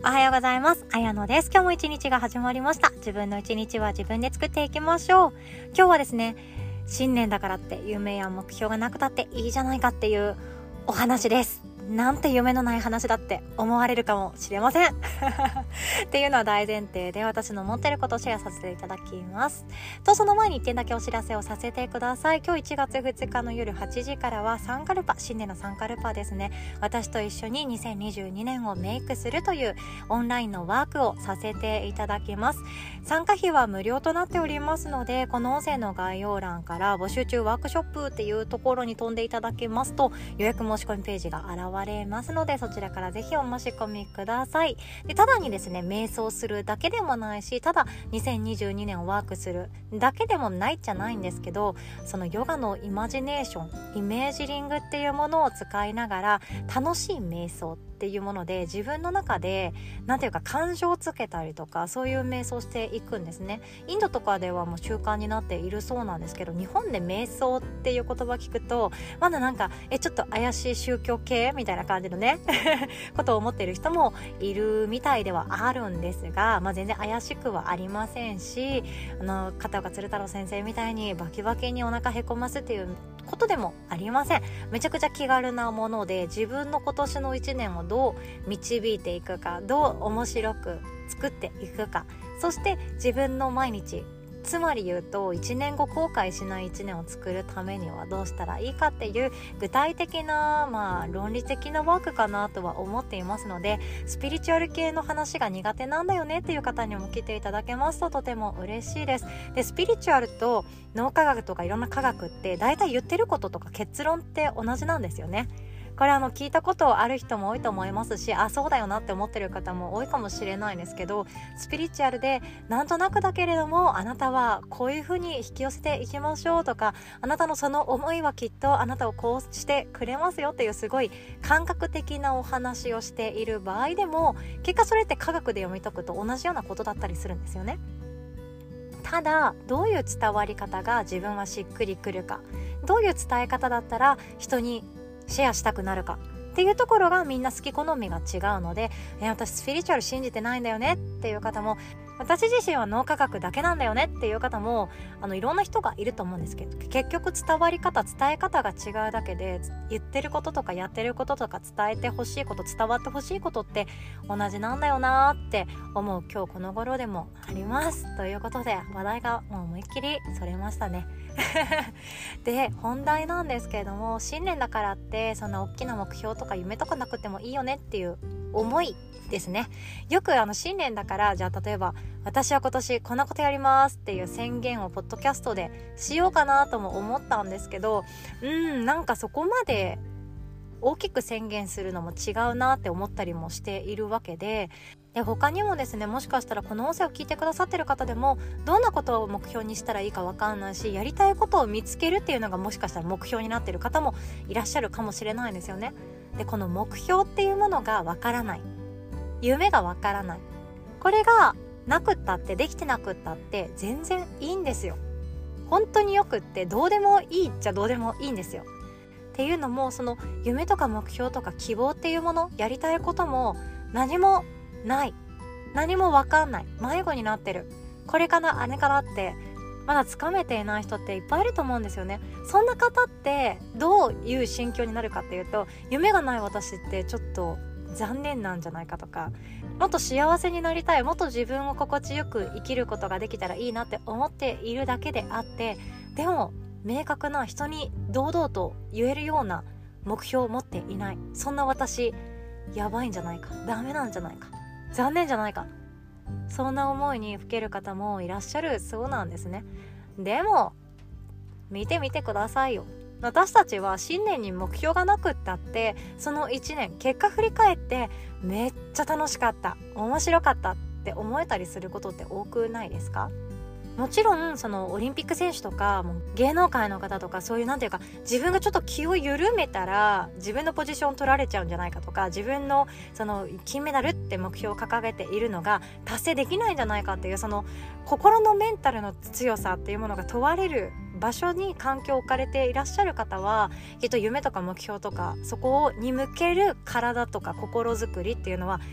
おはようございます。あやのです。今日も一日が始まりました。自分の一日は自分で作っていきましょう。今日はですね、新年だからって夢や目標がなくたっていいじゃないかっていうお話です。なんて夢のない話だって思われるかもしれませんっていうのは大前提で、私の持ってることをシェアさせていただきますと、その前に1点だけお知らせをさせてください。今日1月2日の夜8時からはサンカルパ、新年のサンカルパですね、私と一緒に2022年をメイクするというオンラインのワークをさせていただきます。参加費は無料となっておりますので、この音声の概要欄から募集中ワークショップっていうところに飛んでいただきますと、予約申し込みページが現れますので、そちらからぜひお申し込みください。で、ただにですね、瞑想するだけでもないし、ただ2022年をワークするだけでもないじゃないんですけど、そのヨガのイマジネーション、イメージリングっていうものを使いながら楽しい瞑想っていうもので、自分の中でなんていうか感情をつけたりとか、そういう瞑想していくんですね。インドとかではもう習慣になっているそうなんですけど、日本で瞑想っていう言葉聞くとまだなんかちょっと怪しい宗教系みたいな感じのねことを思っている人もいるみたいではあるんですが、全然怪しくはありませんし、片岡鶴太郎先生みたいにバキバキにお腹へこますっていうことでもありません。めちゃくちゃ気軽なもので、自分の今年の1年をどう導いていくか、どう面白く作っていくか、そして自分の毎日、つまり言うと1年後後悔しない1年を作るためにはどうしたらいいかっていう具体的な論理的なワークかなとは思っていますので、スピリチュアル系の話が苦手なんだよねっていう方にも来ていただけますととても嬉しいです。で、スピリチュアルと脳科学とかいろんな科学って大体言ってることとか結論って同じなんですよね。これ聞いたことある人も多いと思いますし、そうだよなって思ってる方も多いかもしれないんですけど、スピリチュアルでなんとなくだけれども、あなたはこういうふうに引き寄せていきましょうとか、あなたのその思いはきっとあなたをこうしてくれますよっていうすごい感覚的なお話をしている場合でも、結果それって科学で読み解くと同じようなことだったりするんですよね。ただどういう伝わり方が自分はしっくりくるか、どういう伝え方だったら人にシェアしたくなるかっていうところがみんな好き好みが違うので、私スピリチュアル信じてないんだよねっていう方も、私自身は脳科学だけなんだよねっていう方もいろんな人がいると思うんですけど、結局伝わり方、伝え方が違うだけで、言ってることとかやってることとか伝えてほしいこと、伝わってほしいことって同じなんだよなって思う今日この頃でもありますということで、話題がもう思いっきりそれましたねで、本題なんですけれども、新年だからってそんな大きな目標とか夢とかなくてもいいよねっていう思いですね。よく新年だから、じゃあ例えば私は今年こんなことやりますっていう宣言をポッドキャストでしようかなとも思ったんですけど、なんかそこまで大きく宣言するのも違うなって思ったりもしているわけで、他にもですね、もしかしたらこの音声を聞いてくださってる方でも、どんなことを目標にしたらいいか分かんないし、やりたいことを見つけるっていうのがもしかしたら目標になってる方もいらっしゃるかもしれないんですよね。で、この目標っていうものが分からない、夢が分からない、これがなくったって、できてなくったって全然いいんですよ。本当によくって、どうでもいいっちゃどうでもいいんですよ。っていうのも、その夢とか目標とか希望っていうもの、やりたいことも何もない、何も分かんない、迷子になってる、これかなあれかなってまだつかめていない人っていっぱいいると思うんですよね。そんな方ってどういう心境になるかっていうと、夢がない私ってちょっと残念なんじゃないかとか、もっと幸せになりたい、もっと自分を心地よく生きることができたらいいなって思っているだけであって、でも明確な人に堂々と言えるような目標を持っていない、そんな私やばいんじゃないか、ダメなんじゃないか、残念じゃないか、そんな思いにふける方もいらっしゃるそうなんですね。でも見てみてくださいよ。私たちは新年に目標がなくったって、その1年結果振り返ってめっちゃ楽しかった、面白かったって思えたりすることって多くないですか？もちろんそのオリンピック選手とかもう芸能界の方とか、そういうなんていうか、自分がちょっと気を緩めたら自分のポジション取られちゃうんじゃないかとか、自分のその金メダルって目標を掲げているのが達成できないんじゃないかっていう、その心のメンタルの強さっていうものが問われる場所に環境を置かれていらっしゃる方は、きっと夢とか目標とかそこに向ける体とか心づくりっていうのは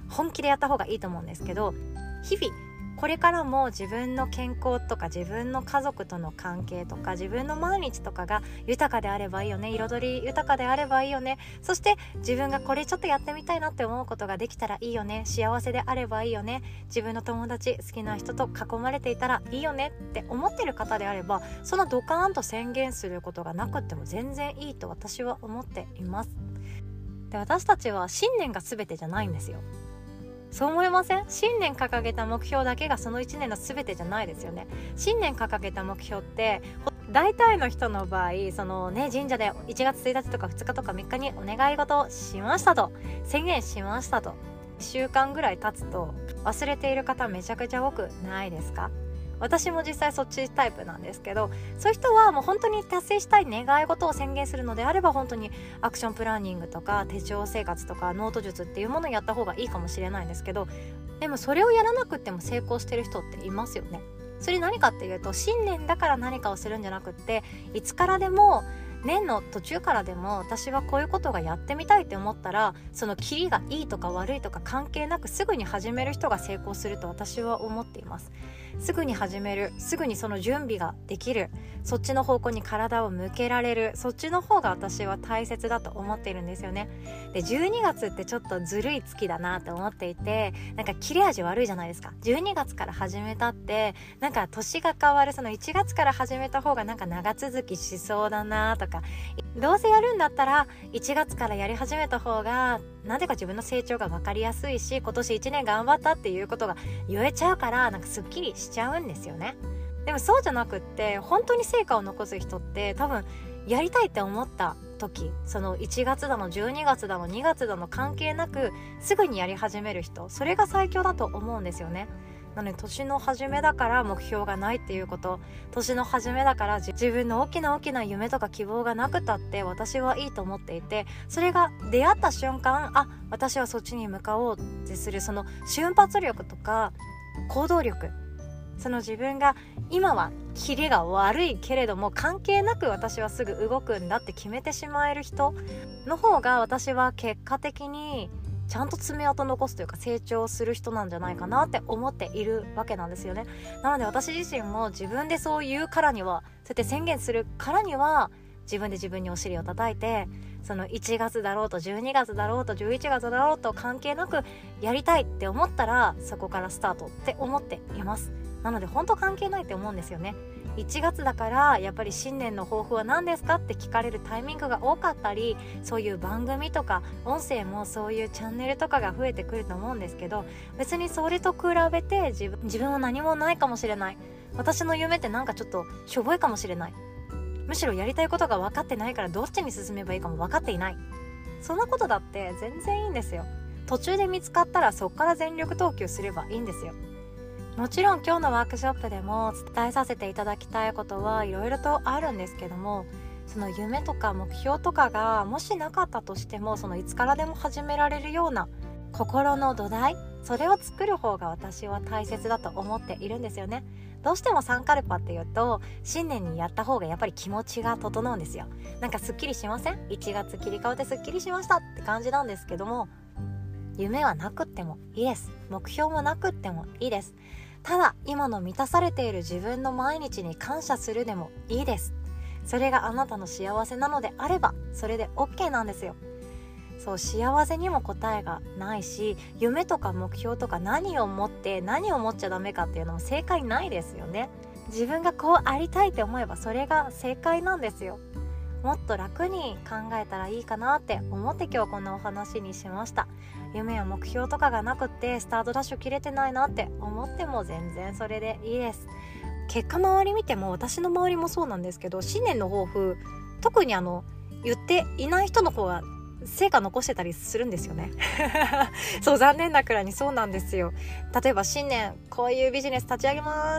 本気でやった方がいいと思うんですけど、日々これからも自分の健康とか自分の家族との関係とか自分の毎日とかが豊かであればいいよね、彩り豊かであればいいよね、そして自分がこれちょっとやってみたいなって思うことができたらいいよね、幸せであればいいよね、自分の友達好きな人と囲まれていたらいいよねって思ってる方であれば、そのドカーンと宣言することがなくっても全然いいと私は思っています。で、私たちは信念が全てじゃないんですよ。そう思いません？信念掲げた目標だけがその1年の全てじゃないですよね。信念掲げた目標って大体の人の場合、そのね、神社で1月1日とか2日とか3日にお願い事をしましたと宣言しましたと、1週間ぐらい経つと忘れている方めちゃくちゃ多くないですか？私も実際そっちタイプなんですけど、そういう人はもう本当に達成したい願い事を宣言するのであれば、本当にアクションプランニングとか手帳生活とかノート術っていうものをやった方がいいかもしれないんですけど、でもそれをやらなくても成功してる人っていますよね。それ何かっていうと、信念だから何かをするんじゃなくって、いつからでも年の途中からでも私はこういうことがやってみたいって思ったら、そのキリがいいとか悪いとか関係なくすぐに始める人が成功すると私は思っています。すぐに始める、すぐにその準備ができる、そっちの方向に体を向けられる、そっちの方が私は大切だと思っているんですよね。で、12月ってちょっとずるい月だなと思っていて、なんか切れ味悪いじゃないですか。12月から始めたってなんか年が変わるその1月から始めた方がなんか長続きしそうだなとか、どうせやるんだったら1月からやり始めた方がなぜか自分の成長が分かりやすいし、今年1年頑張ったっていうことが言えちゃうから、なんかすっきりしちゃうんですよね。でもそうじゃなくって、本当に成果を残す人って多分やりたいって思った時、その1月だの12月だの2月だの関係なくすぐにやり始める人、それが最強だと思うんですよね。なので年の初めだから目標がないっていうこと、年の初めだから自分の大きな夢とか希望がなくたって私はいいと思っていて、それが出会った瞬間、あ、私はそっちに向かおうってするその瞬発力とか行動力、その自分が今はキレが悪いけれども関係なく私はすぐ動くんだって決めてしまえる人の方が、私は結果的にちゃんと爪痕残すというか成長する人なんじゃないかなって思っているわけなんですよね。なので私自身も自分でそう言うからには、そうやって宣言するからには、自分で自分にお尻を叩いて、その1月だろうと12月だろうと11月だろうと関係なくやりたいって思ったら、そこからスタートって思っています。なので本当関係ないって思うんですよね。1月だからやっぱり新年の抱負は何ですかって聞かれるタイミングが多かったり、そういう番組とか音声もそういうチャンネルとかが増えてくると思うんですけど、別にそれと比べて自分は何もないかもしれない、私の夢ってなんかちょっとしょぼいかもしれない、むしろやりたいことが分かってないからどっちに進めばいいかも分かっていない、そんなことだって全然いいんですよ。途中で見つかったらそこから全力投球すればいいんですよ。もちろん今日のワークショップでも伝えさせていただきたいことはいろいろとあるんですけども、その夢とか目標とかがもしなかったとしても、そのいつからでも始められるような心の土台、それを作る方が私は大切だと思っているんですよね。どうしてもサンカルパっていうと新年にやった方がやっぱり気持ちが整うんですよ。なんかすっきりしません？1月切り替わってすっきりしましたって感じなんですけども、夢はなくってもいいです。目標もなくってもいいです。ただ今の満たされている自分の毎日に感謝するでもいいです。それがあなたの幸せなのであればそれで OK なんですよ。そう、幸せにも答えがないし、夢とか目標とか何を持って何を持っちゃダメかっていうのも正解ないですよね。自分がこうありたいって思えばそれが正解なんですよ。もっと楽に考えたらいいかなって思って今日こんなお話にしました。夢や目標とかがなくってスタートダッシュ切れてないなって思っても全然それでいいです。結果周り見ても、私の周りもそうなんですけど、新年の抱負特に言っていない人の方が成果残してたりするんですよねそう、残念なくらいにそうなんですよ。例えば新年こういうビジネス立ち上げます、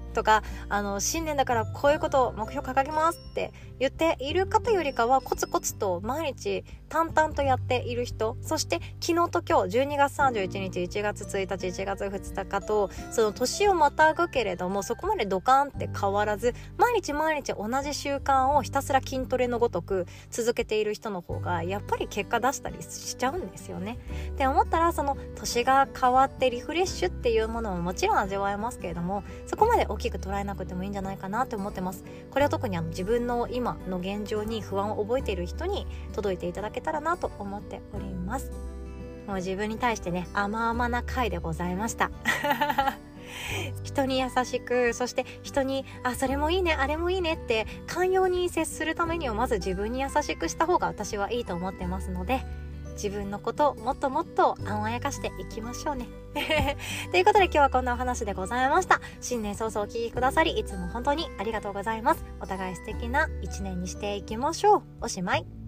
とか新年だからこういうことを目標掲げますって言っている方よりかは、コツコツと毎日淡々とやっている人、そして昨日と今日12月31日1月1日1月2日とその年をまたぐけれども、そこまでドカーンって変わらず毎日同じ習慣をひたすら筋トレのごとく続けている人の方がやっぱり結果出したりしちゃうんですよね。って思ったら、その年が変わってリフレッシュっていうものももちろん味わえますけれども、そこまで大きく捉えなくてもいいんじゃないかなと思ってます。これは特に自分の今の現状に不安を覚えている人に届いていただけたらなと思っております。もう自分に対してね、甘々な回でございました人に優しく、そして人にそれもいいねあれもいいねって寛容に接するためには、まず自分に優しくした方が私はいいと思ってますので、自分のことをもっともっと甘やかしていきましょうねということで今日はこんなお話でございました。新年早々お聞きくださりいつも本当にありがとうございます。お互い素敵な一年にしていきましょう。おしまい。